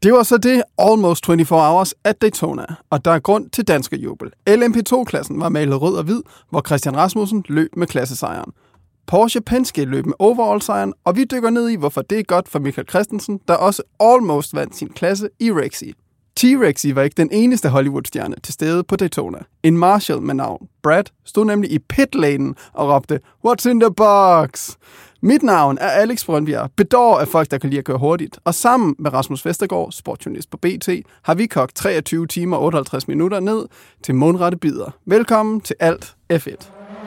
Det var så det Almost 24 Hours at Daytona, og der er grund til danskerjubel. LMP2-klassen var malet rød og hvid, hvor Christian Rasmussen løb med klassesejren. Porsche Penske løb med overall-sejren, og vi dykker ned i, hvorfor det er godt for Michael Christensen, der også almost vandt sin klasse i Rexy. T-Rexy var ikke den eneste Hollywood-stjerne til stede på Daytona. En Marshall med navn Brad stod nemlig i pit-lanen og råbte, "What's in the box?" Mit navn er Alex Brøndbjerg, bedår af folk, der kan lide at køre hurtigt, og sammen med Rasmus Vestergaard, sportsjournalist på BT, har vi kogt 23 timer og 58 minutter ned til mundrette bidder. Velkommen til Alt F1.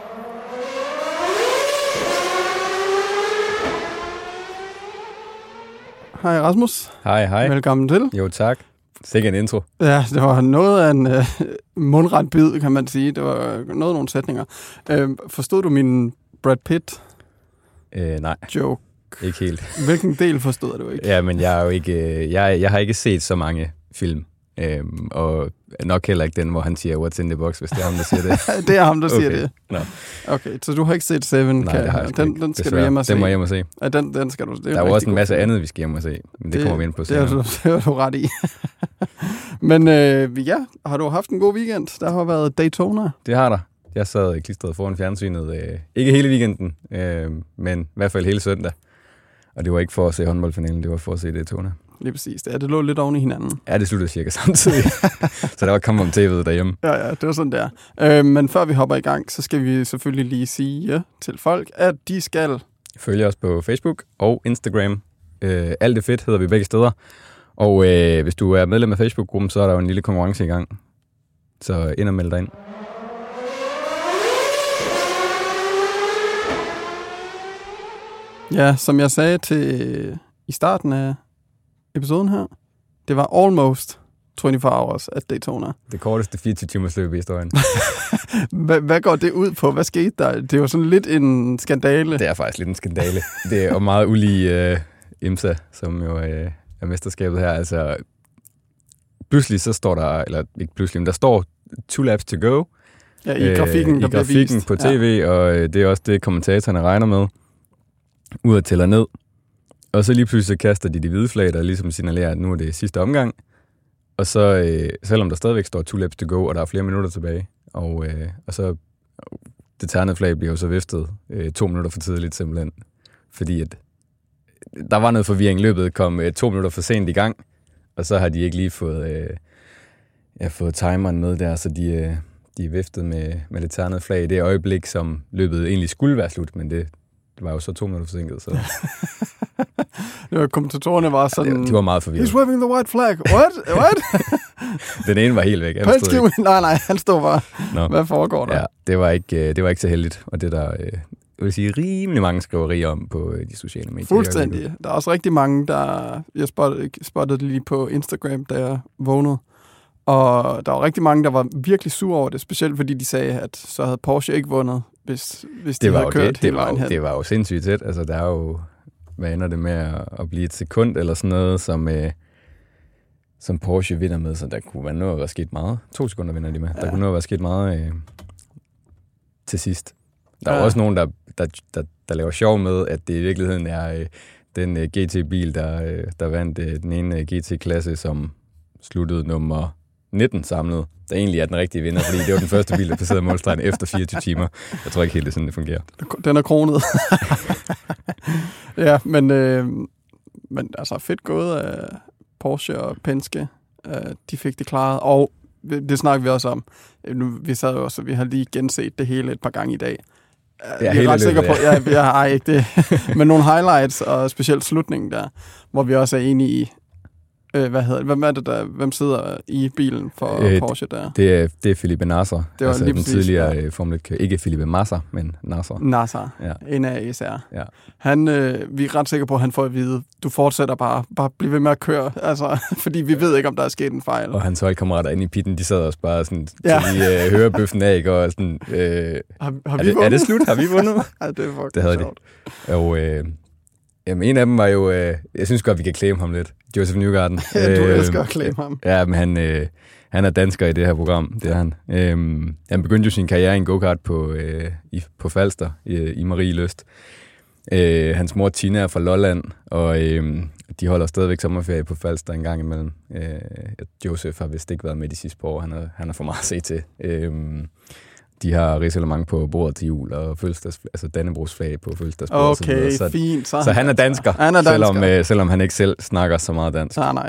Hej Rasmus. Hej. Velkommen til. Jo tak. Sikke en intro. Ja, det var noget af en mundret bid, kan man sige. Det var nogle sætninger. Forstod du min Brad Pitt nej. Joke? Ikke helt. Hvilken del forstod du ikke? Ja, men jeg er jo ikke. Jeg har ikke set så mange film. Og nok heller ikke den, hvor han siger "What's in the box", hvis det er ham, der siger det. Det er ham, der siger okay. det. No. Okay, så du har ikke set Seven? Nej, det har jeg ikke. Den skal du hjem og se. Den må jeg hjem og se. Ja, den skal du. Det der er jo også en masse andet, vi skal hjem og se. Men det kommer vi ind på senere. Det har du ret i. Men ja, har du haft en god weekend? Der har været Daytona. Det har der. Jeg sad klistret foran fjernsynet. Ikke hele weekenden, men i hvert fald hele søndag. Og det var ikke for at se håndboldfinalen, det var for at se Daytona. Lige præcis. Det lå lidt oven i hinanden. Ja, det sluttede cirka samtidig. Så der var kommet om tv'et derhjemme. Ja, det var sådan der. Men før vi hopper i gang, så skal vi selvfølgelig lige sige til folk, at de skal følge os på Facebook og Instagram. Alt er fedt hedder vi begge steder. Og hvis du er medlem af Facebook-gruppen, så er der jo en lille konkurrence i gang. Så ind og meld dig ind. Ja, som jeg sagde i starten af episoden her, det var almost 24 hours at Daytona. Det korteste 24 timers løb i historien. Hvad går det ud på? Hvad skete der? Det er jo sådan lidt en skandale. Det er faktisk lidt en skandale. Det er jo meget ulige IMSA, som jo er mesterskabet her. Altså, pludselig så står der, eller ikke pludselig, men der står 2 laps to go. Ja, i grafikken, der bliver vist. På tv, ja. Og det er også det, kommentatorerne regner med. Ud og tæller ned. Og så lige pludselig kaster de hvide flag, der ligesom signalerer, at nu er det sidste omgang. Og så, selvom der stadigvæk står 2 laps to go, og der er flere minutter tilbage, og så det ternede flag bliver jo så viftet 2 minutter for tidligt simpelthen. Fordi at der var noget forvirring. Løbet kom 2 minutter for sent i gang, og så har de ikke lige fået timeren med der, så de er viftet med det ternede flag i det øjeblik, som løbet egentlig skulle være slut, men det var jo så 2 minutter forsinket, så... Det var, kommentatorerne var sådan... Ja, de var meget forvirret. He's waving the white flag. What? Den ene var helt væk. Nej, han stod bare... No. Hvad foregår der? Ja, det var ikke så heldigt, og det der... jeg vil sige, rimelig mange skriverier om på de sociale medier. Fuldstændig. Der er også rigtig mange, der... Jeg spottede det lige på Instagram, da jeg vågnede. Og der var rigtig mange, der var virkelig sure over det, specielt fordi de sagde, at så havde Porsche ikke vundet, hvis de havde kørt hele vejen hen. Det var jo sindssygt tæt. Altså, der er jo... Hvad ender det med at blive et sekund eller sådan noget, som Porsche vinder med, så der kunne være noget at være sket meget. 2 sekunder vinder de med. Ja. Der kunne noget at være sket meget til sidst. Der er også nogen, der laver sjov med, at det i virkeligheden er den GT-bil, der vandt den ene GT-klasse, som sluttede nummer 19 samlet, der egentlig er den rigtige vinder, fordi det var den første bil, der passerede målstregen efter 24 timer. Jeg tror ikke helt, det er sådan, det fungerer. Den er kronet. Ja, men altså fedt gået af Porsche og Penske. De fik det klaret, og det snakker vi også om. Vi sad jo også, vi har lige genset det hele et par gange i dag. Jeg er ret sikker på, jeg har ikke det, men nogle highlights, og specielt slutningen der, hvor vi også er enige i, hvem sidder i bilen for Porsche der? Det er Felipe Nasr. Det var altså den tidligere Formel 1, ikke Felipe Massa, men Nasr. Nasr, ja. NASR. Ja. Vi er ret sikre på, at han får at vide, du fortsætter bare bliv ved med at køre, altså, fordi vi ved ikke, om der er sket en fejl. Og hans holdkammerater inde i pitten, de sad også bare sådan, til hører bøffen af, ikke? Og sådan, har vi vundet? Er det slut? Har vi vundet? Ja, det er fucking det havde sjovt. De. Og jamen, en af dem var jo, jeg synes godt, vi kan claim ham lidt. Joseph Newgarden. Du elsker at claim ham. Ja, men han er dansker i det her program, det er han. Han begyndte jo sin karriere i en go-kart på Falster i Marie Lyst. Hans mor Tina er fra Lolland, De holder stadigvæk sommerferie på Falster en gang imellem. Joseph har vist ikke været med de sidste par år. Han er for meget at se til. De har risalemang på bordet til jul, og Dannebrogsflag på fødselsdagsbordet. Okay, så fint. Så han er dansker, han er dansker. Selvom han ikke selv snakker så meget dansk. Nej.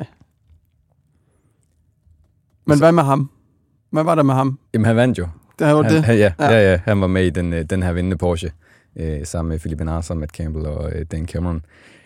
Men hvad med ham? Hvad var der med ham? Jamen, han vandt jo. Det var det? Ja, han var med i den her vindende Porsche, sammen med Philippe Nasser, Matt Campbell og Dan Cameron.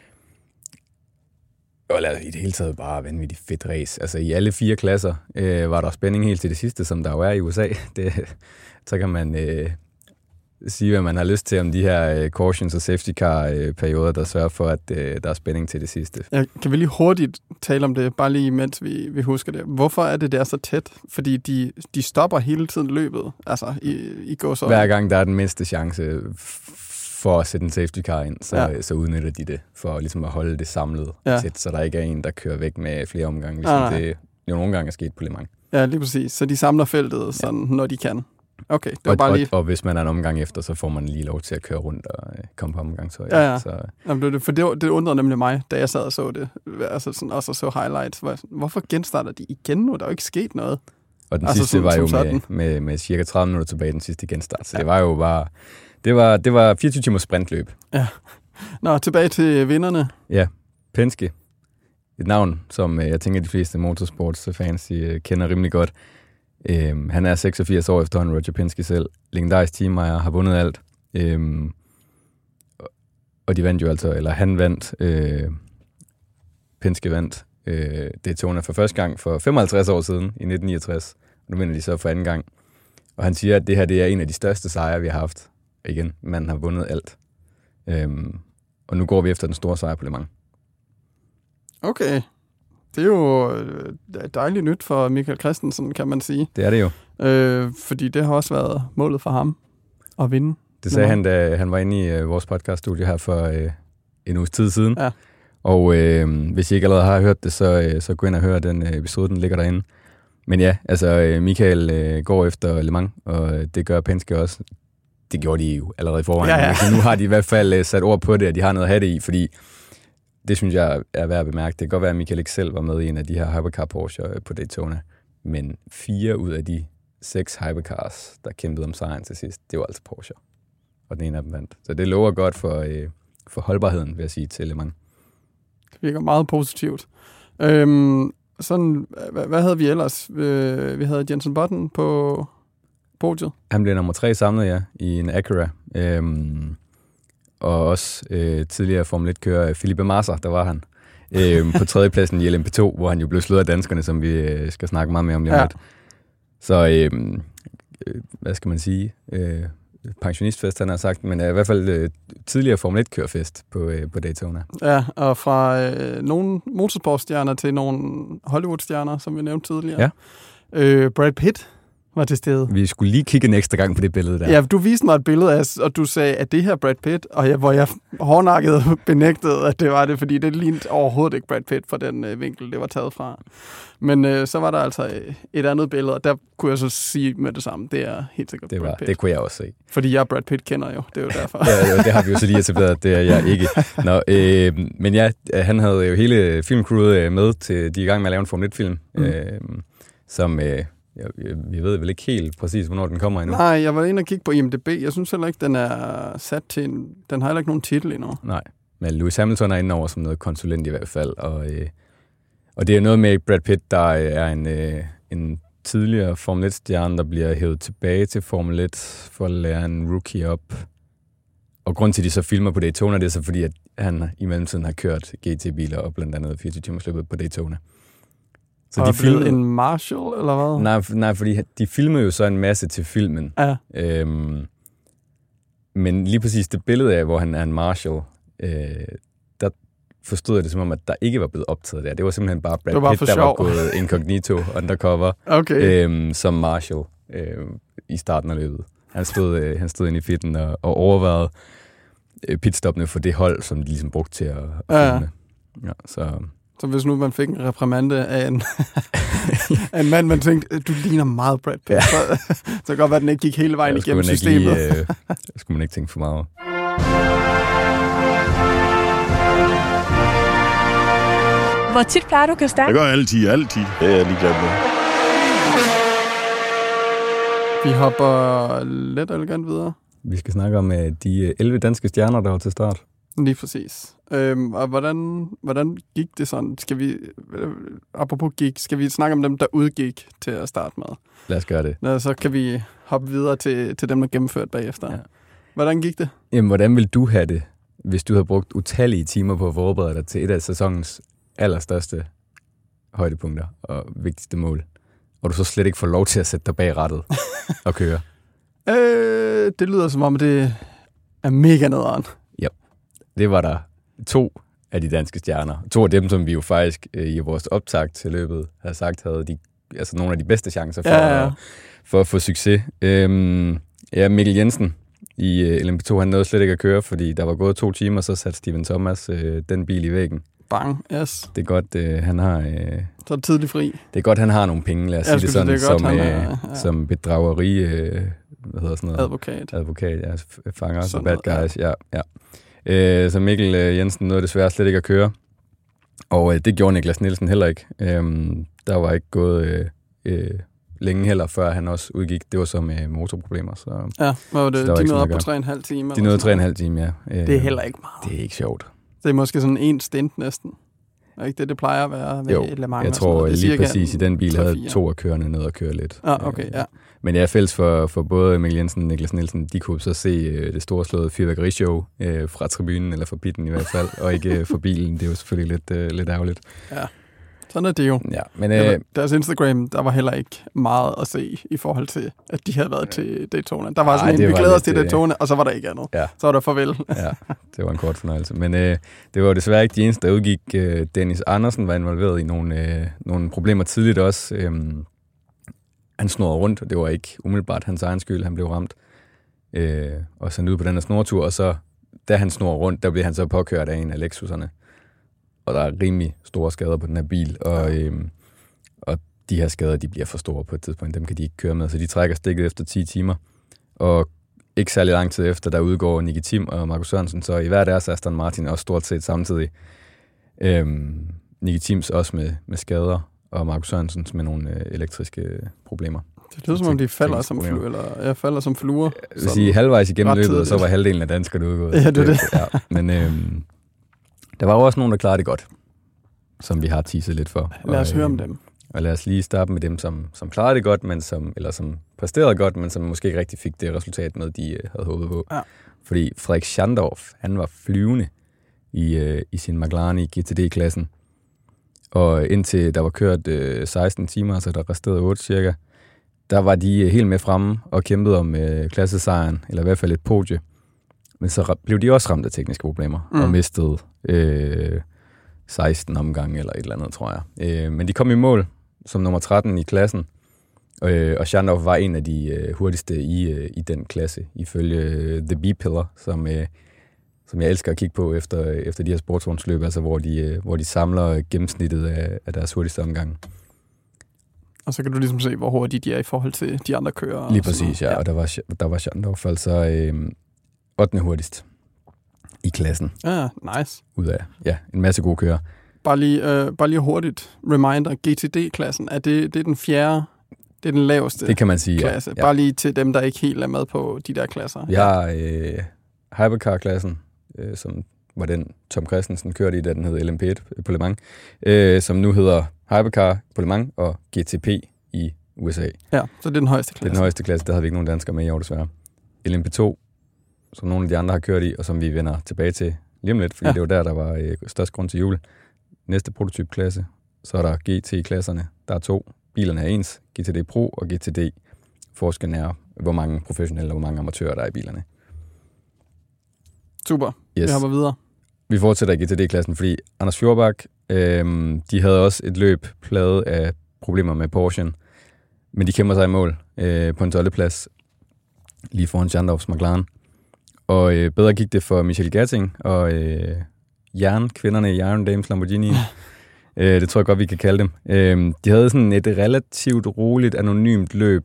Og i det hele taget bare vanvittigt fedt race. Altså i alle 4 klasser var der spænding helt til det sidste, som der jo er i USA. Så kan man sige, hvad man har lyst til om de her cautions og safety car perioder, der sørger for, at der er spænding til det sidste. Ja, kan vi lige hurtigt tale om det, bare lige mens vi husker det. Hvorfor er det der så tæt? Fordi de stopper hele tiden løbet, altså i går så. Hver gang der er den mindste chance for at sætte en safety car ind, så udnytter de det for ligesom at holde det samlet tæt, så der ikke er en, der kører væk med flere omgange, ligesom det jo nogle gange er sket på Le Mans. Ja, lige præcis. Så de samler feltet, sådan, når de kan. Okay, det var bare lige... og hvis man er en omgang efter, så får man lige lov til at køre rundt og komme på omgangshøj. Ja. Så... Jamen, det undrede nemlig mig, da jeg sad og så det. Altså sådan, også så highlights. Hvorfor genstarter de igen nu? Der er jo ikke sket noget. Og den sidste var jo med cirka 30 minutter tilbage, den sidste genstart. Så det var jo bare... Det var 24 timers sprintløb. Ja. Nå, tilbage til vinderne. Ja, Penske. Et navn, som jeg tænker, de fleste motorsportsfans kender rimelig godt. Han er 86 år efterhånden, Roger Penske selv. Legendarisk teamejer, har vundet alt. Og de vandt jo altså, eller han vandt. Penske vandt Daytona for første gang for 55 år siden, i 1969. Nu vinder de så for anden gang. Og han siger, at det her det er en af de største sejre, vi har haft. Igen, man har vundet alt. Og nu går vi efter den store sejr på Le Mans. Okay. Det er jo dejligt nyt for Michael Christensen, kan man sige. Det er det jo. Fordi det har også været målet for ham at vinde. Det sagde han, da han var inde i vores podcaststudie her for en uges tid siden. Ja. Og hvis I ikke allerede har hørt det, så gå ind og hør den episode, den ligger derinde. Men ja, altså Michael går efter Le Mans, og det gør Penske også. Det gjorde de jo allerede i forvejen. Ja. Nu har de i hvert fald sat ord på det, at de har noget at have det i, fordi det synes jeg er værd at bemærke. Det kan godt være, at Michael ikke selv var med i en af de her hypercar Porsche på Daytona, men 4 ud af de 6 hypercars, der kæmpede om sejren til sidst, det var altså Porsche. Og den ene af dem vandt. Så det lover godt for holdbarheden, vil jeg sige, til Le Mans. Det virker meget positivt. Sådan, hvad havde vi ellers? Vi havde Jenson Button på podiet. Han blev nummer 3 samlet, ja, i en Acura. Og også tidligere Formel 1-kører Felipe Massa, der var han. På 3. pladsen i LMP2, hvor han jo blev slået af danskerne, som vi skal snakke meget mere om lige om lidt. Så hvad skal man sige? Pensionistfest, han har sagt, men i hvert fald tidligere Formel 1-kørefest på Daytona. Ja, og fra nogle motorsportstjerner til nogle Hollywood-stjerner, som vi nævnte tidligere. Ja. Brad Pitt var til stede. Vi skulle lige kigge en ekstra gang på det billede der. Ja, du viste mig et billede af, og du sagde, at det her Brad Pitt, og hvor jeg hårdnakket benægtede, at det var det, fordi det lignede overhovedet ikke Brad Pitt fra den vinkel, det var taget fra. Men så var der altså et andet billede, og der kunne jeg så sige med det samme, det er helt sikkert Brad Pitt. Det kunne jeg også se. Fordi jeg Brad Pitt kender jo, det er jo derfor. Ja, det har vi jo så lige etableret, det er jeg ikke. Nå, men ja, han havde jo hele filmcrewet med til, de er i gang med at lave en Formel 1-film, som... Jeg ved vel ikke helt præcis, hvornår den kommer endnu. Nej, jeg var inde og kigge på IMDb. Jeg synes heller ikke, den er sat til den har heller ikke nogen titel endnu. Nej, men Lewis Hamilton er inde over som noget konsulent i hvert fald. Og det er noget med Brad Pitt, der er en tidligere Formel 1-stjerne, der bliver hævet tilbage til Formel 1 for at lære en rookie op. Og grund til, at de så filmer på Daytona, det er så fordi, at han i mellemtiden har kørt GT-biler og blandt andet 24 timers løbet på Daytona. Så de filmede en Marshall, eller hvad? Nej, fordi de filmede jo så en masse til filmen. Ja. Men lige præcis det billede af, hvor han er en Marshall, der forstod jeg det som om, at der ikke var blevet optaget der. Det var simpelthen bare Brad Pitt, der var gået incognito undercover som Marshall i starten af løbet. Han stod inde i fitten og overvejede pitstoppene for det hold, som de ligesom brugte til at filme. Ja, så hvis nu man fik en reprimande af en mand, man tænkte, du ligner meget Brad Pitt, ja. så kan det godt være, at den ikke gik hele vejen igennem systemet. Skulle man ikke tænke for meget. Hvor tit plejer du at køre stærkt? Jeg gør altid. Det er jeg ligeglad med. Vi hopper lidt elegant videre. Vi skal snakke om de 11 danske stjerner, der var til start. Lige præcis. Og hvordan gik det sådan? Skal vi, apropos gik, skal vi snakke om dem, der udgik til at starte med? Lad os gøre det. Så kan vi hoppe videre til dem, der gennemførte bagefter. Ja. Hvordan gik det? Jamen, hvordan ville du have det, hvis du havde brugt utallige timer på at forberede dig til et af sæsonens allerstørste højdepunkter og vigtigste mål, og du så slet ikke får lov til at sætte dig bag rattet og køre? Det lyder som om, det er mega nederen. Ja, det var der 2 af de danske stjerner. 2 af dem, som vi jo faktisk i vores optakt til løbet havde sagt, havde nogle af de bedste chancer for at få succes. Mikkel Jensen i LMP2, han nåede slet ikke at køre, fordi der var gået 2 timer, så satte Steven Thomas den bil i væggen. Bang, yes. Det er godt, han har... så er det tidlig fri. Det er godt, han har nogle penge, lad os sige det sådan, godt, som bedrageri... hvad hedder sådan noget? Advokat, ja. Fanger, så bad guys, ja. Så Mikkel Jensen nåede desværre slet ikke at køre. Og det gjorde Niklas Nielsen heller ikke. Der var ikke gået længe heller, før han også udgik. Det var så med motorproblemer. Så, ja, de nåede op på 3,5 timer. De nåede 3,5 timer, ja. Det er heller ikke meget. Det er ikke sjovt. Det er måske sådan en stint næsten. Er ikke det plejer at være ved Le Mans? Jeg tror lige præcis i den bil havde 2 af kørende nede at køre lidt. Okay, ja. Men jeg er fælles for både Mikkel Jensen og Niklas Nielsen. De kunne så se det store slåede fyrværkerishow fra tribunen, eller fra pitten i hvert fald, og ikke fra bilen. Det er jo selvfølgelig lidt ærgerligt. Ja, sådan er det jo. Ja, men, deres Instagram, der var heller ikke meget at se i forhold til, at de havde været til Daytona. Der var sådan vi glæder os til Daytona, og så var der ikke andet. Ja. Så var der farvel. Ja, det var en kort fornøjelse. Men det var desværre ikke de eneste, der udgik. Dennis Andersen var involveret i nogle problemer tidligt også. Han snurrede rundt, og det var ikke umiddelbart hans egen skyld, han blev ramt. Og så ud på den her snortur, og så, da han snurrede rundt, der blev han så påkørt af en af Lexuserne. Og der er rimelig store skader på den her bil, og de her skader, de bliver for store på et tidspunkt. Dem kan de ikke køre med, så de trækker stikket efter 10 timer. Og ikke særlig lang tid efter, der udgår Nicky Tim og Markus Sørensen, så i hver deres Aston Martin også stort set samtidig. Nicky Tims også med skader, og Markus Sørensens med nogle elektriske problemer. Det lyder som om de falder som fluer, eller jeg falder som fluer. Jeg vil sige, halvvejs igennem løbet, og så var halvdelen af danskerne udgået. Ja, det er det. Ja, men der var jo også nogen, der klarede det godt, som vi har teaset lidt for. Lad os høre om dem. Og lad os lige starte med dem, som klarede det godt, men som præsterede godt, men som måske ikke rigtig fik det resultat, noget de havde håbet på. Ja. Fordi Frederik Schandorf, han var flyvende i sin McLaren i GTD-klassen. Og indtil der var kørt 16 timer, så der resterede 8 cirka, der var de helt med fremme og kæmpede om klassesejren, eller i hvert fald et podie. Men så blev de også ramt af tekniske problemer, og mistede 16 omgange eller et eller andet, tror jeg. Men de kom i mål som nummer 13 i klassen, og Schandorf var en af de hurtigste i den klasse, ifølge The B-Pillar, som jeg elsker at kigge på efter de her sportsvognsløb, altså hvor de samler gennemsnittet af deres hurtigste omgang. Og så kan du ligesom se, hvor hurtigt de er i forhold til de andre kører. Lige præcis, ja. Og der var Schandorf altså 8. hurtigst i klassen. Ja, nice. Ud af, en masse gode kører. Bare lige hurtigt reminder, GTD-klassen, er det den fjerde, det er den laveste det kan man sige, klasse. Ja. Bare lige til dem, der ikke helt er med på de der klasser. Vi har Hypercar-klassen, som var den Tom Christensen kørte i, da den hed LMP1 på Le Mans, som nu hedder Hypercar på Le Mans og GTP i USA. Ja, så det er den højeste klasse. Det er den højeste klasse, der havde vi ikke nogen danskere med i år, desværre. LMP2, som nogle af de andre har kørt i, og som vi vender tilbage til lige om lidt, fordi det var der var størst grund til jul. Næste prototypklasse, så er der GT-klasserne. Der er 2. Bilerne er ens, GTD Pro og GTD. Forskellen er, hvor mange professionelle og hvor mange amatører der er i bilerne. Super. Yes. Vi hopper videre. Vi fortsætter i GTD-klassen, fordi Anders Fjordbak, de havde også et løb plaget af problemer med Porsche, men de kæmper sig i mål på en 12. plads, lige foran Schandorfs McLaren. Og bedre gik det for Michel Gatting og kvinderne i Iron Dames Lamborghini. Det tror jeg godt, vi kan kalde dem. De havde sådan et relativt roligt, anonymt løb,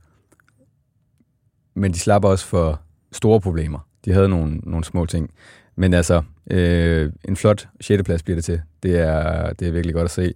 men de slapper også for store problemer. De havde nogle små ting. Men altså, en flot 6. plads bliver det til. Det er virkelig godt at se.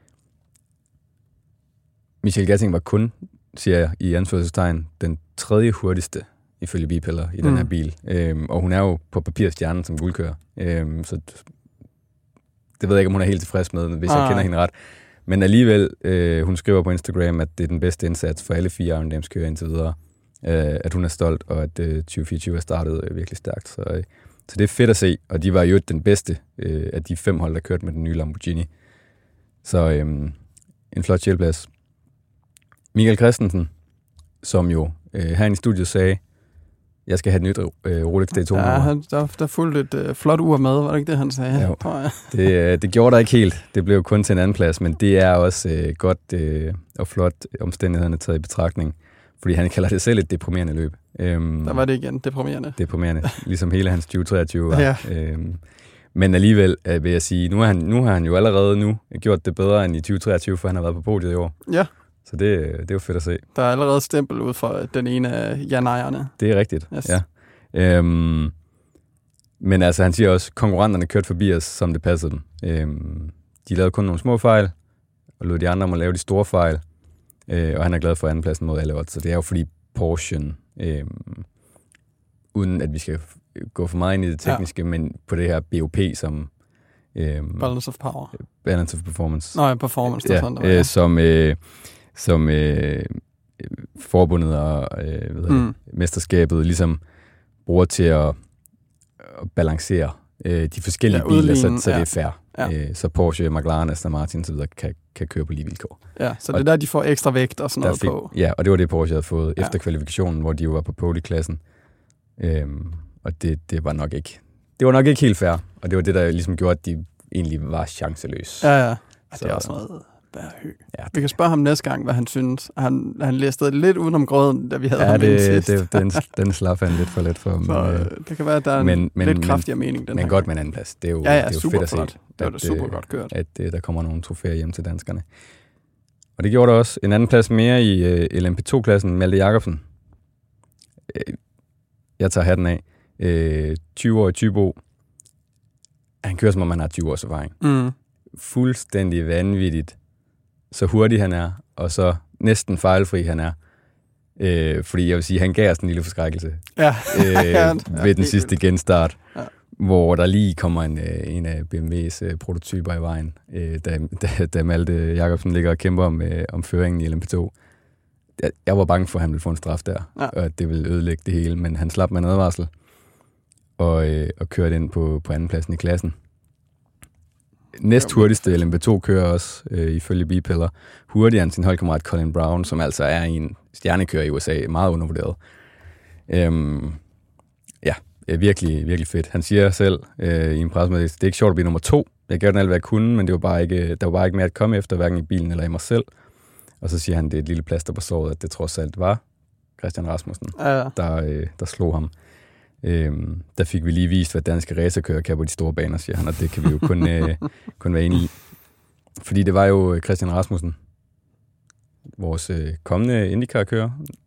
Michael Gatting var kun, siger jeg i anførselstegn, den 3. hurtigste ifølge bipeller i den her bil. Og hun er jo på papirstjernen som guldkører. Så det ved jeg ikke, om hun er helt tilfreds med, hvis jeg kender hende ret. Men alligevel, hun skriver på Instagram, at det er den bedste indsats for alle 4 Iron Dames kører indtil videre. At hun er stolt, og at 2024 er startet virkelig stærkt. Så det er fedt at se, og de var jo den bedste af de 5 hold, der kørte med den nye Lamborghini. Så en flot 6. plads. Michael Christensen, som jo herinde i studiet sagde, jeg skal have et nyt Rolex Daytona. Ja, der fulgte et flot ur med, var det ikke det, han sagde? Jo, det gjorde der ikke helt. Det blev kun til en anden plads, men det er også godt og flot omstændighederne taget i betragtning, fordi han kalder det selv et deprimerende løb. Der var det igen, deprimerende. Deprimerende, ligesom hele hans 2023 var. Ja. Men alligevel vil jeg sige, nu har han jo allerede gjort det bedre end i 2023, for han har været på podiet i år. Ja. Så det er jo fedt at se. Der er allerede stempel ud fra den ene af Jan-ejerne. Det er rigtigt, yes. Ja. Men altså, han siger også, at konkurrenterne kørte forbi os, som det passede dem. De lavede kun nogle små fejl, og lod de andre om at lave de store fejl. Og han er glad for andenpladsen mod alle odds. Så det er jo fordi Porsche, uden at vi skal gå for meget ind i det tekniske, men på det her BOP som... Balance of Power. Balance of Performance. Nå ja, Performance. Ja, sådan, der, som forbundet og mesterskabet ligesom bruger til at balancere de forskellige biler, så det er fair. Ja. Så Porsche, McLaren, Aston Martin og så videre kan køre på lige vilkår. Ja, så det er der, de får ekstra vægt og sådan noget på. Ja, og det var det, Porsche havde fået efter kvalifikationen, hvor de jo var på pole-klassen. Og det var nok ikke helt fair. Og det var det, der ligesom gjorde, at de egentlig var chanceløse. Ja. Og det er også noget værhø. Ja, vi kan spørge ham næste gang, hvad han synes. Han læste lidt udenom grøden, da vi havde ham ind sidst. Den slap han lidt for let for ham. Så det kan være, at der er en lidt kraftigere mening. Men godt med en anden plads. Det er jo, det er jo fedt at se. Det var da super godt kørt. At der kommer nogle trofæer hjem til danskerne. Og det gjorde der også. En anden plads mere i LMP2-klassen, Malte Jacobsen. Jeg tager hatten af. 20-årig Tybo. Han kører, som om han har 20 års erfaring. Fuldstændig vanvittigt. Så hurtig han er, og så næsten fejlfri han er. Fordi jeg vil sige, han gav os en lille forskrækkelse ved den sidste genstart, hvor der lige kommer en af BMW's prototyper i vejen, da Malte Jacobsen ligger og kæmper om føringen i LMP2. Jeg var bange for, at han ville få en straf der, og at det ville ødelægge det hele, men han slap med en advarsel og kørte ind på andenpladsen i klassen. Næst hurtigste LMP2-kører også, ifølge bipeller, hurtigere end sin holdkammerat Colin Brown, som altså er en stjernekører i USA, meget undervurderet. Virkelig, virkelig fedt. Han siger selv i en pressemeddelelse, det er ikke sjovt at blive nummer 2. Jeg gav den alt, hvad jeg kunne, men der var bare ikke mere at komme efter, hverken i bilen eller i mig selv. Og så siger han, det er et lille plaster på såret, at det trods alt var Christian Rasmussen, der slog ham. Der fik vi lige vist, hvad danske racerkører kan på de store baner, siger han, og det kan vi jo kun være enige i. Fordi det var jo Christian Rasmussen, vores kommende IndyCar-kører,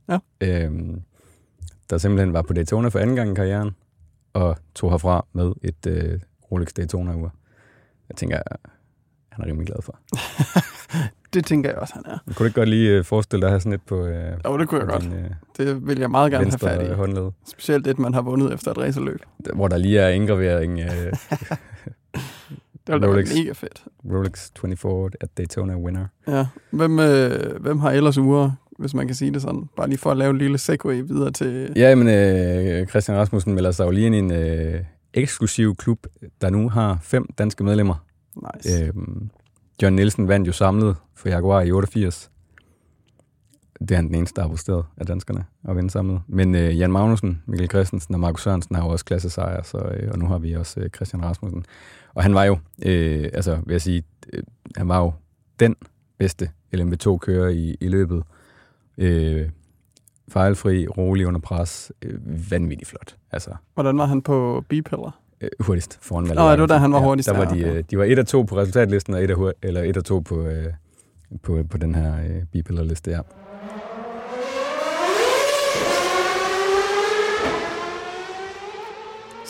der simpelthen var på Daytona for anden gang i karrieren, og tog herfra med et Rolex Daytona-ur. Jeg tænker, han er rimelig glad for. Det tænker jeg også, han er. Kunne du ikke godt lige forestille dig at have sådan et på... Jo, det kunne jeg godt. Det vil jeg meget gerne have fat i. Håndled. Specielt det, man har vundet efter et racerløb. Hvor der lige er indgravering. Det ville da være mega fedt. Rolex 24 at Daytona winner. Ja. Hvem har ellers uger, hvis man kan sige det sådan? Bare lige for at lave en lille segway videre til... Ja, men Christian Rasmussen melder sig jo lige ind i en eksklusiv klub, der nu har 5 danske medlemmer. Nice. John Nielsen vandt jo samlet for Jaguar i 88. Det er han den eneste, der har præsteret af danskerne at vinde samlet. Men Jan Magnussen, Mikkel Christensen og Markus Sørensen har jo også klassesejre, og nu har vi også Christian Rasmussen. Og han var jo, vil jeg sige, han var jo den bedste LMP2-kører i løbet. Fejlfri, rolig under pres, vanvittigt flot. Altså. Hvordan var han på bipeller? Hurtigst foran Malte. Det var da han var hurtigst. Der var de var 1 og 2 på resultatlisten, og 1 og 2 på den her bipillerliste, ja.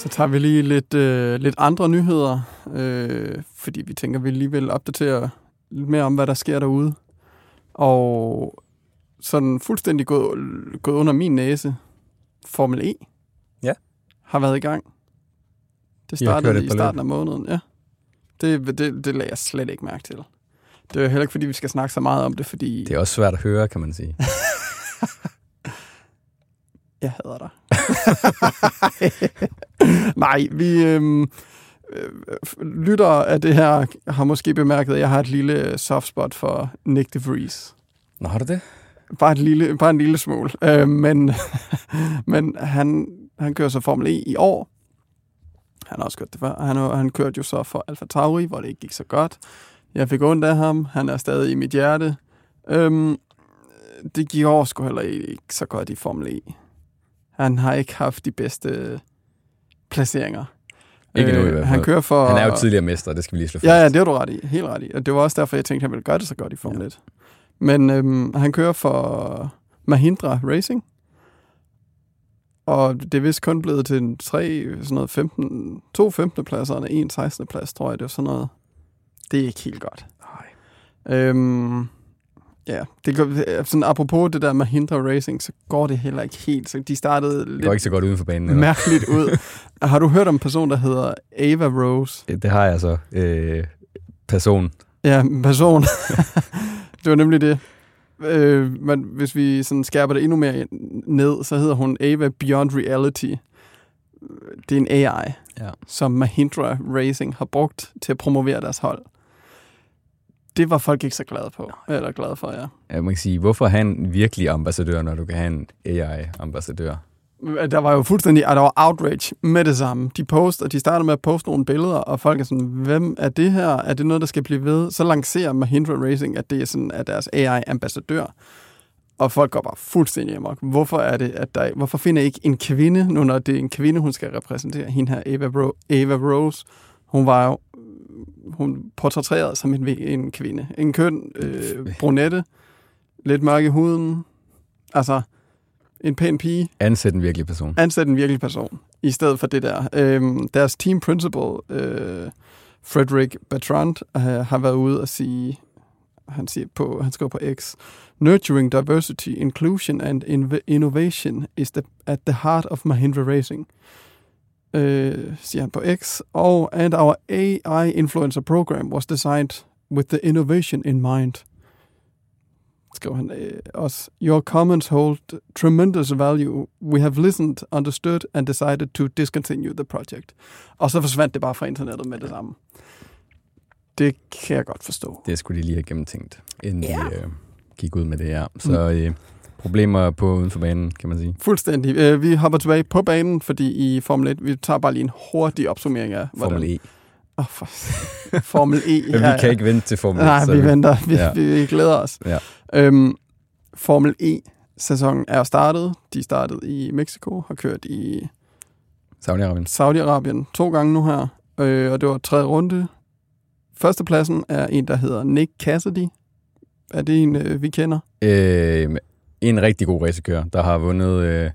Så tager vi lige lidt andre nyheder, fordi vi tænker, vi lige vil opdatere lidt mere om, hvad der sker derude. Og sådan fuldstændig gået under min næse. Formel E har været i gang. Det startede i starten af måneden, ja. Det lagde jeg slet ikke mærke til. Det er jo heller ikke, fordi vi skal snakke så meget om det, fordi... Det er også svært at høre, kan man sige. Jeg hader dig. Nej, vi lyttere af det her har måske bemærket, at jeg har et lille softspot for Nick de Vries. Nå, har du det? Bare en lille smule. Men han kører så Formel E i år. Han har også kørt det før. Han kørte jo så for Alfa Tauri, hvor det ikke gik så godt. Jeg fik ondt af ham. Han er stadig i mit hjerte. Det gik over sgu heller ikke så godt i Formel E. Han har ikke haft de bedste placeringer. Ikke nu i hvert fald. Han kører for... Han er jo tidligere mester, det skal vi lige slå fast. Ja, det er du ret i. Helt ret i. Og det var også derfor, jeg tænkte, at han ville gøre det så godt i Formel 1. Men han kører for Mahindra Racing. Og det er vist kun blevet til 2 15. pladser og en 16. plads, tror jeg. Det er sådan noget. Det er ikke helt godt. Nej. Ja, det går, sådan apropos det der med Mahindra Racing, så går det heller ikke helt. Så de startede lidt... Det går ikke så godt uden for banen. Eller? Mærkeligt ud. Har du hørt om en person, der hedder Ava Rose? Det har jeg så. Person. Ja, person. Det var nemlig det. Men hvis vi sådan skærper det endnu mere ned, så hedder hun Ava Beyond Reality. Det er en AI, som Mahindra Racing har brugt til at promovere deres hold. Det var folk ikke så glade på, eller glade for, ja. Jeg må ikke sige, hvorfor have en virkelig ambassadør, når du kan have en AI-ambassadør? Der var jo fuldstændig, der var outrage med det samme. De startede med at poste nogle billeder, og folk er sådan, hvem er det her? Er det noget, der skal blive ved? Så lancerer Mahindra Racing, at det er sådan, at deres AI-ambassadør. Og folk går bare fuldstændig amok. Hvorfor er det, hvorfor finder I ikke en kvinde, nu når det er en kvinde, hun skal repræsentere? Hende her, Ava Rose, hun portrætterede som en kvinde. En køn, brunette, lidt mørk i huden. Altså, en pæn pige. Ansæt en virkelig person. I stedet for det der. Deres team principal, Frederick Bertrand, har været ude og sige, han skriver på X, "Nurturing diversity, inclusion and innovation is at the heart of Mahindra Racing." Siger han på X. And our AI influencer program was designed with the innovation in mind. Skriver han også. "Your comments hold tremendous value. We have listened, understood and decided to discontinue the project." Og så forsvandt det bare fra internettet med det samme. Det kan jeg godt forstå. Det skulle de lige have gennemtænkt, inden de gik ud med det her. Så problemer på uden for banen, kan man sige. Fuldstændig. Vi hopper tilbage på banen, fordi i Formel 1, vi tager bare lige en hurtig opsummering af Formel E. Formel E. Men vi kan ikke vente til Formel 1. Nej, vi venter. Vi glæder os. Ja. Formel E-sæsonen er startet. De startede i Mexico, har kørt i Saudi-Arabien 2 gange nu her. Og det var 3. runde. Førstepladsen er en, der hedder Nick Cassidy. Er det en, vi kender? En rigtig god racekører, der har vundet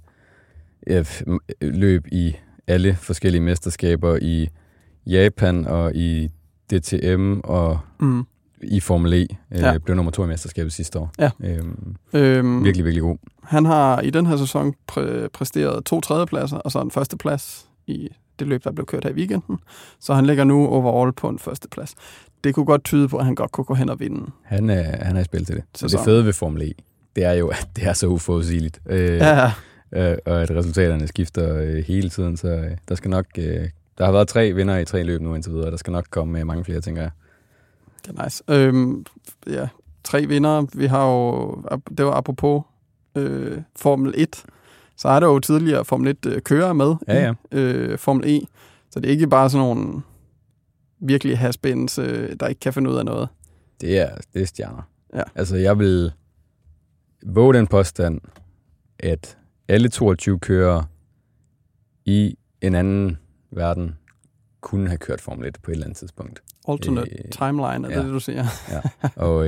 løb i alle forskellige mesterskaber i Japan og i DTM og i Formel E. Blev nummer 2 i mesterskabet sidste år. Ja. Virkelig, virkelig god. Han har i den her sæson præsteret 2 tredjepladser og så en førsteplads i det løb, der blev kørt her i weekenden. Så han ligger nu overall på en førsteplads. Det kunne godt tyde på, at han godt kunne gå hen og vinde. Han er i spil til det. Så det fede ved Formel E, det er jo, at det er så uforudsigeligt. Og at resultaterne skifter hele tiden. Så der skal nok... der har været 3 vinder i 3 løb nu indtil videre. Der skal nok komme mange flere, tænker jeg. Det er nice. 3 vinder. Vi har jo... Det var apropos Formel 1. Så er der jo tidligere Formel 1-kører med i Formel E. Så det er ikke bare sådan nogle virkelig haspins, der ikke kan finde ud af noget. Det er stjerner. Ja. Altså, jeg vil våge den påstand, at alle 22 kører i en anden verden kunne have kørt Formel 1 på et eller andet tidspunkt. Alternate timeline, er det du siger? Ja, og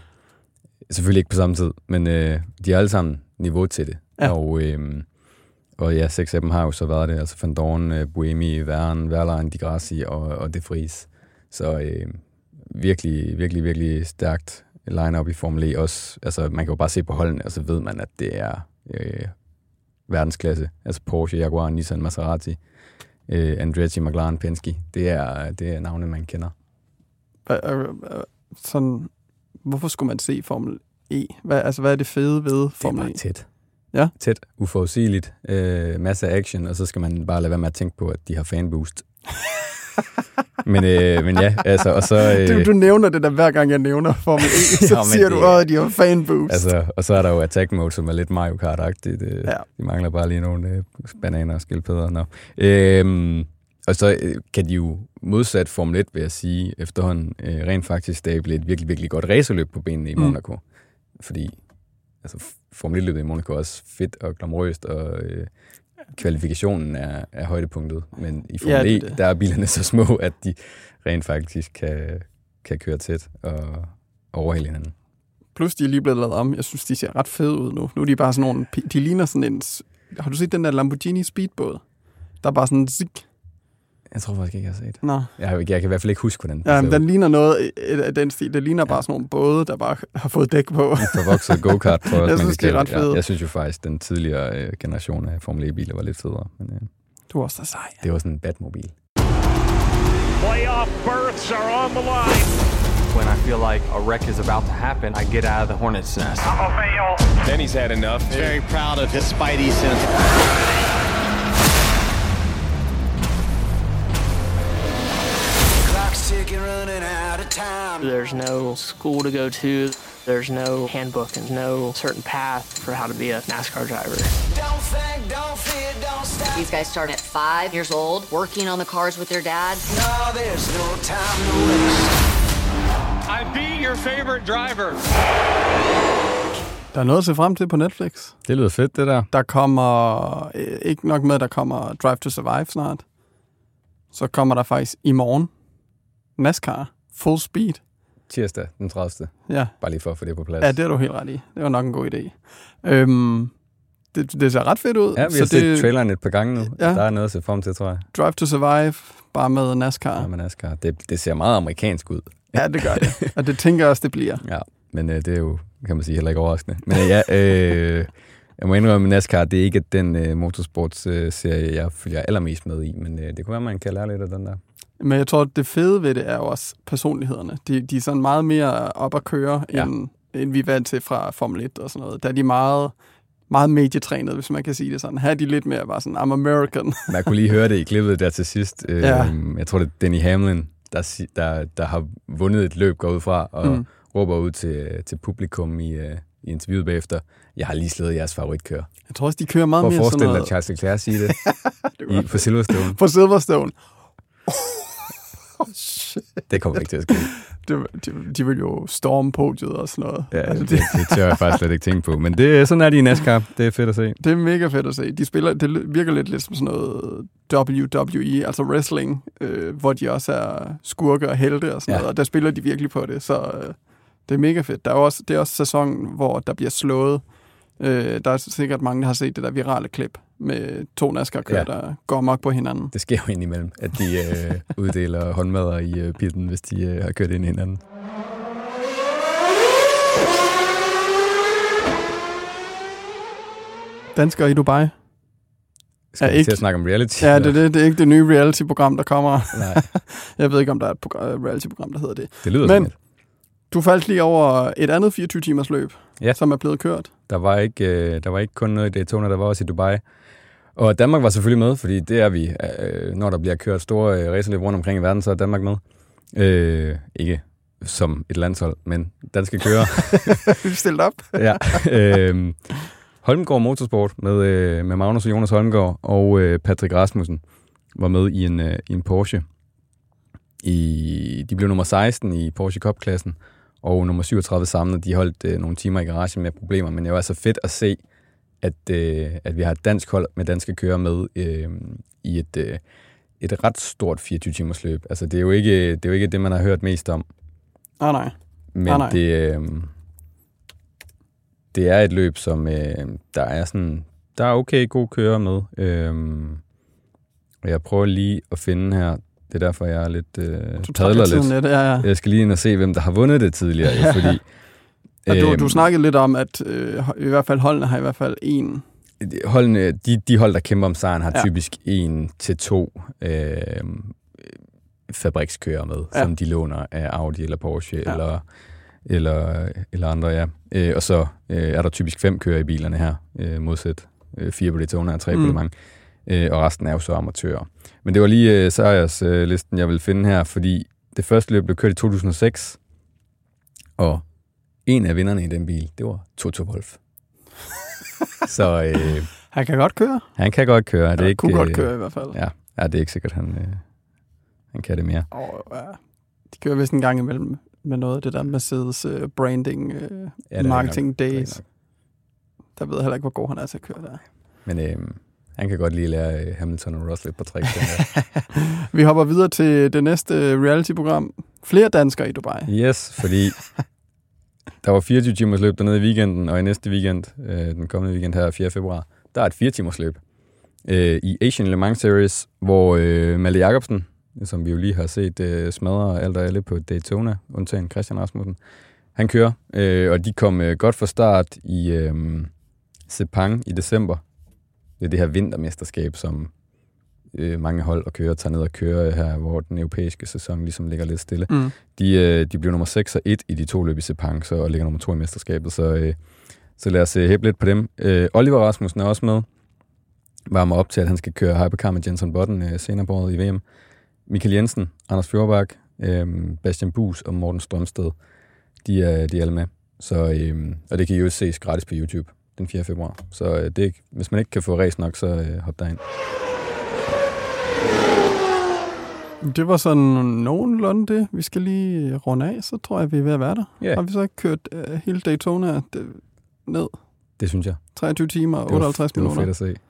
selvfølgelig ikke på samme tid, men de har alle sammen niveau til det. Ja. Og ja, 6 af dem har jo så været det. Altså Van Dorn, Buemi, Wehrlein, Di Grassi og De Vries. Så virkelig, virkelig, virkelig stærkt line-up i Formel E. Også, altså, man kan jo bare se på holdene, og så ved man, at det er verdensklasse. Altså Porsche, Jaguar, Nissan, Maserati, Andretti, McLaren, Penske. Det er navne, man kender. Sådan, hvorfor skulle man se Formel E? Hvad er det fede ved Formel E? Det er bare tæt. Ja? Tæt, uforudsigeligt, masser af action, og så skal man bare lade være med at tænke på, at de har fanboost. men ja, altså, og så... Du nævner det der, hver gang jeg nævner Formel E, så siger du, at de har fanboost. Altså, og så er der jo attack mode, som er lidt Mario Kart-agtigt. De mangler bare lige nogle bananer og skildpadder. No. Og så kan de jo modsat Formel 1, vil jeg sige, efterhånden rent faktisk stable et virkelig, virkelig godt racerløb på benene i Monaco. Fordi altså, Formel 1-løbet i Monaco er også fedt og glamorøst, og kvalifikationen er højdepunktet. Men i Formel E, der er bilerne så små, at de rent faktisk kan køre tæt og overhale hinanden. Plus, de er lige blevet lavet om. Jeg synes, de ser ret fede ud nu. Nu er de bare sådan nogle... De ligner sådan en... Har du set den der Lamborghini Speedbåd? Der er bare sådan en zig. Jeg tror faktisk ikke, jeg har set. Nå. Jeg kan i hvert fald ikke huske, hvordan ja, men den ligner noget af den stil. Det ligner bare sådan nogle både, der bare har fået dæk på. En forvokset go-kart, tror jeg. Jeg synes, det er ret fedt. Jeg synes jo faktisk, den tidligere generation af Formel E-biler var lidt federe. Men, du er også sej. Det var sådan en Batmobil. Playoff berths are on the line. When I feel like a wreck is about to happen, I get out of the hornet's nest. Then he's had enough. Very proud of his Spidey sense. There's no school to go to. There's no handbook and no certain path for how to be a NASCAR driver. Don't think, don't fear, don't stop. These guys start at 5 years old, working on the cars with their dad. No, there's no time to waste. I'd be your favorite driver. Der er noget at se frem til på Netflix. Det lyder fedt, det der. Der kommer, ikke nok med, der kommer Drive to Survive snart. Så kommer der faktisk i morgen NASCAR Full Speed. Tirsdag den 30. Ja. Bare lige for at få det på plads. Ja, det er du helt ret i. Det var nok en god idé. Det ser ret fedt ud. Ja, vi har set traileren et par gange nu. Ja. Der er noget at se frem til, tror jeg. Drive to Survive, bare med NASCAR. Ja, med NASCAR. Det ser meget amerikansk ud. Ja, det gør det. Og det tænker jeg også, det bliver. Ja, men det er jo, kan man sige, heller ikke overraskende. Men jeg må indrømme, at NASCAR, det er ikke den motorsportsserie, jeg følger allermest med i. Men det kunne være, man kan lære lidt af den der. Men jeg tror, at det fede ved det er jo også personlighederne. De er sådan meget mere op at køre, end vi er vant til fra Formel 1 og sådan noget. Der er de meget, meget medietrænet, hvis man kan sige det sådan. Her er de lidt mere bare sådan, I'm American. Man kunne lige høre det i klippet der til sidst. Jeg tror, det er Denny Hamlin, der har vundet et løb, går ud fra, og råber ud til publikum i interviewet bagefter. Jeg har lige slået jeres favoritkører. Jeg tror også, de kører meget mere sådan noget. Prøv at forestille dig Charles Leclerc sige det på Silverstone. På Silverstone. Det kommer ikke til at ske. De vil jo storme podiet og sådan noget. Ja, altså, det tør jeg faktisk slet ikke tænke på. Men sådan er de i NASCAR. Det er fedt at se. Det er mega fedt at se. Det virker lidt som sådan noget WWE, altså wrestling, hvor de også er skurke og helte og sådan noget. Og der spiller de virkelig på det, så det er mega fedt. Det er også sæsonen, hvor der bliver slået. Der er sikkert mange, der har set det der virale klip med 2 NASCAR-kører, der går amok på hinanden. Det sker jo indimellem, at de uddeler håndmadder i pitten, hvis de har kørt ind i hinanden. Danskere i Dubai. Skal vi til at snakke om reality? Ja, det er ikke det nye reality-program, der kommer. Nej. Jeg ved ikke, om der er et reality-program, der hedder det. Det lyder sådan. Du faldt lige over et andet 24-timers løb, som er blevet kørt. Der var ikke kun noget i Daytona, der var også i Dubai. Og Danmark var selvfølgelig med, fordi det er vi. Når der bliver kørt store racerløb rundt omkring i verden, så er Danmark med. Ikke som et landshold, men danske kører. Vi stillede op. Ja. Holmgaard Motorsport med Magnus og Jonas Holmgaard og Patrick Rasmussen var med i en Porsche. De blev nummer 16 i Porsche Cup-klassen, og nummer 37 samlet. De holdt nogle timer i garagen med problemer, men det var så fedt at se, at vi har et dansk hold med danske kører med i et ret stort 24-timers løb. Altså, det er jo ikke det, man har hørt mest om. Nej. Men det er et løb, som der der er okay god kører med. Og jeg prøver lige at finde her. Det er derfor, jeg er lidt padler lidt. Ja. Jeg skal lige ind og se, hvem der har vundet det tidligere. Ja. Fordi, du snakkede lidt om, at i hvert fald holdene har i hvert fald en... Holdene, de hold, der kæmper om sejren, har typisk 1-2 fabrikskører med, som de låner af Audi eller Porsche eller andre, ja. Og så er der typisk 5 kører i bilerne her, modsat 4 på Daytona og 3 på Le Mans. Og resten er jo så amatører. Men det var lige sejrslisten, jeg ville finde her, fordi det første løb blev kørt i 2006, og en af vinderne i den bil, det var Toto Wolff. Så han kan godt køre. Han kan godt køre. Det kunne godt køre i hvert fald. Ja, det er ikke sikkert, han kan det mere. De kører vist en gang imellem med noget af det der Mercedes branding, marketing days. Der ved jeg heller ikke, hvor god han er til at køre der. Men han kan godt lige lære Hamilton og Russell på tricks. Vi hopper videre til det næste reality-program. Flere danskere i Dubai. Yes, fordi der var 24 timers løb dernede i weekenden, og i næste weekend, den kommende weekend her, 4. februar, der er et 4 timers løb i Asian Le Mans Series, hvor Malte Jacobsen, som vi jo lige har set smadre alt og alle på Daytona, undtagen Christian Rasmussen, han kører, og de kom godt fra start i Sepang i december. Det er det her vintermesterskab, som mange hold og kører tager ned og kører her, hvor den europæiske sæson ligesom ligger lidt stille. De blev nummer 6 og 1 i de 2 løb i Sepang, så og ligger nummer 2 i mesterskabet, så lad os hæppe lidt på dem. Oliver Rasmussen er også med. Varmer op til, at han skal køre Hypercar med Jenson Button senere på året i VM. Michael Jensen, Anders Fjordbak, Bastian Buus og Morten Strømsted, de er alle med. Så, og det kan I jo ses gratis på YouTube den 4. februar. Så hvis man ikke kan få race nok, så hop derind. Det var sådan nogenlunde det. Vi skal lige runde af, så tror jeg, vi er ved at være der. Yeah. Har vi så ikke kørt hele Daytona ned? Det synes jeg. 23 timer og 58 minutter. Det var fedt at se.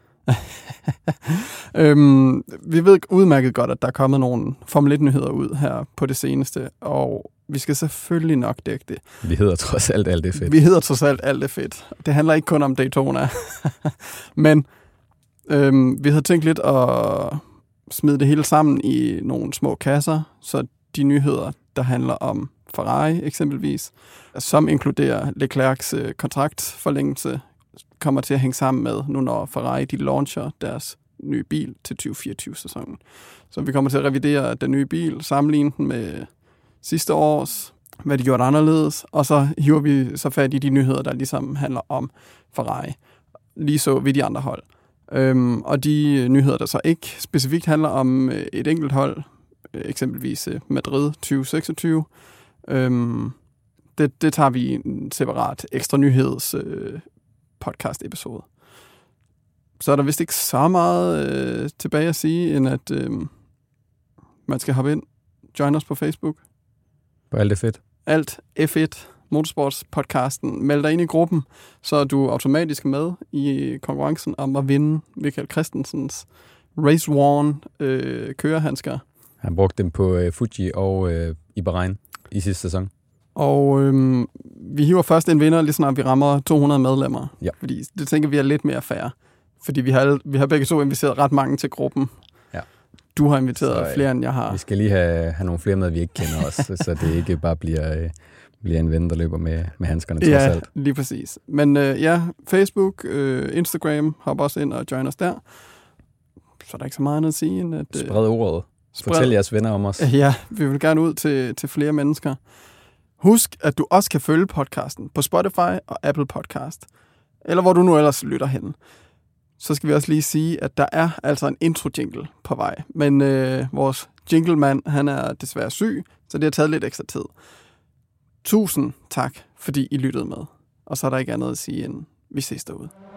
Vi ved udmærket godt, at der er kommet nogle Formel 1-nyheder ud her på det seneste, og vi skal selvfølgelig nok dække det. Vi hedder trods alt alt det fedt. Vi hedder trods alt alt det fedt. Det handler ikke kun om Daytona. Men vi havde tænkt lidt at smide det hele sammen i nogle små kasser, så de nyheder, der handler om Ferrari eksempelvis, som inkluderer Leclercs kontraktforlængelse, kommer til at hænge sammen med, nu når Ferrari de launcher deres nye bil til 2024-sæsonen. Så vi kommer til at revidere den nye bil, sammenligne den med sidste års, hvad de gjorde anderledes, og så hiver vi så fat i de nyheder, der ligesom handler om Ferrari. Lige så ved de andre hold. Og de nyheder, der så ikke specifikt handler om et enkelt hold, eksempelvis Madrid 2026, det tager vi i en separat ekstra nyheds podcast-episode. Så er der vist ikke så meget tilbage at sige, end at man skal hoppe ind, join os på Facebook. På alt det fedt. Alt F1 Motorsports-podcasten. Meld dig ind i gruppen, så er du automatisk med i konkurrencen om at vinde Michael Christensens Race Worn kørehandsker. Han brugte dem på Fuji og i Bahrain i sidste sæson. Og vi hiver først en vinder, lige snart vi rammer 200 medlemmer. Ja. Fordi det tænker vi er lidt mere fair. Fordi vi har begge to inviteret ret mange til gruppen. Ja. Du har inviteret flere, end jeg har. Vi skal lige have nogle flere med, vi ikke kender os, så det ikke bare bliver en ven, der løber med handskerne trods alt. Ja, lige præcis. Men Facebook, Instagram, hop også ind og join os der. Så er der ikke så meget andet at sige, end at... Spred ordet. Fortæl jeres venner om os. Ja, vi vil gerne ud til flere mennesker. Husk, at du også kan følge podcasten på Spotify og Apple Podcast, eller hvor du nu ellers lytter hen. Så skal vi også lige sige, at der er altså en intro-jingle på vej, men vores jinglemand, han er desværre syg, så det har taget lidt ekstra tid. Tusind tak, fordi I lyttede med, og så er der ikke andet at sige, end vi ses derude.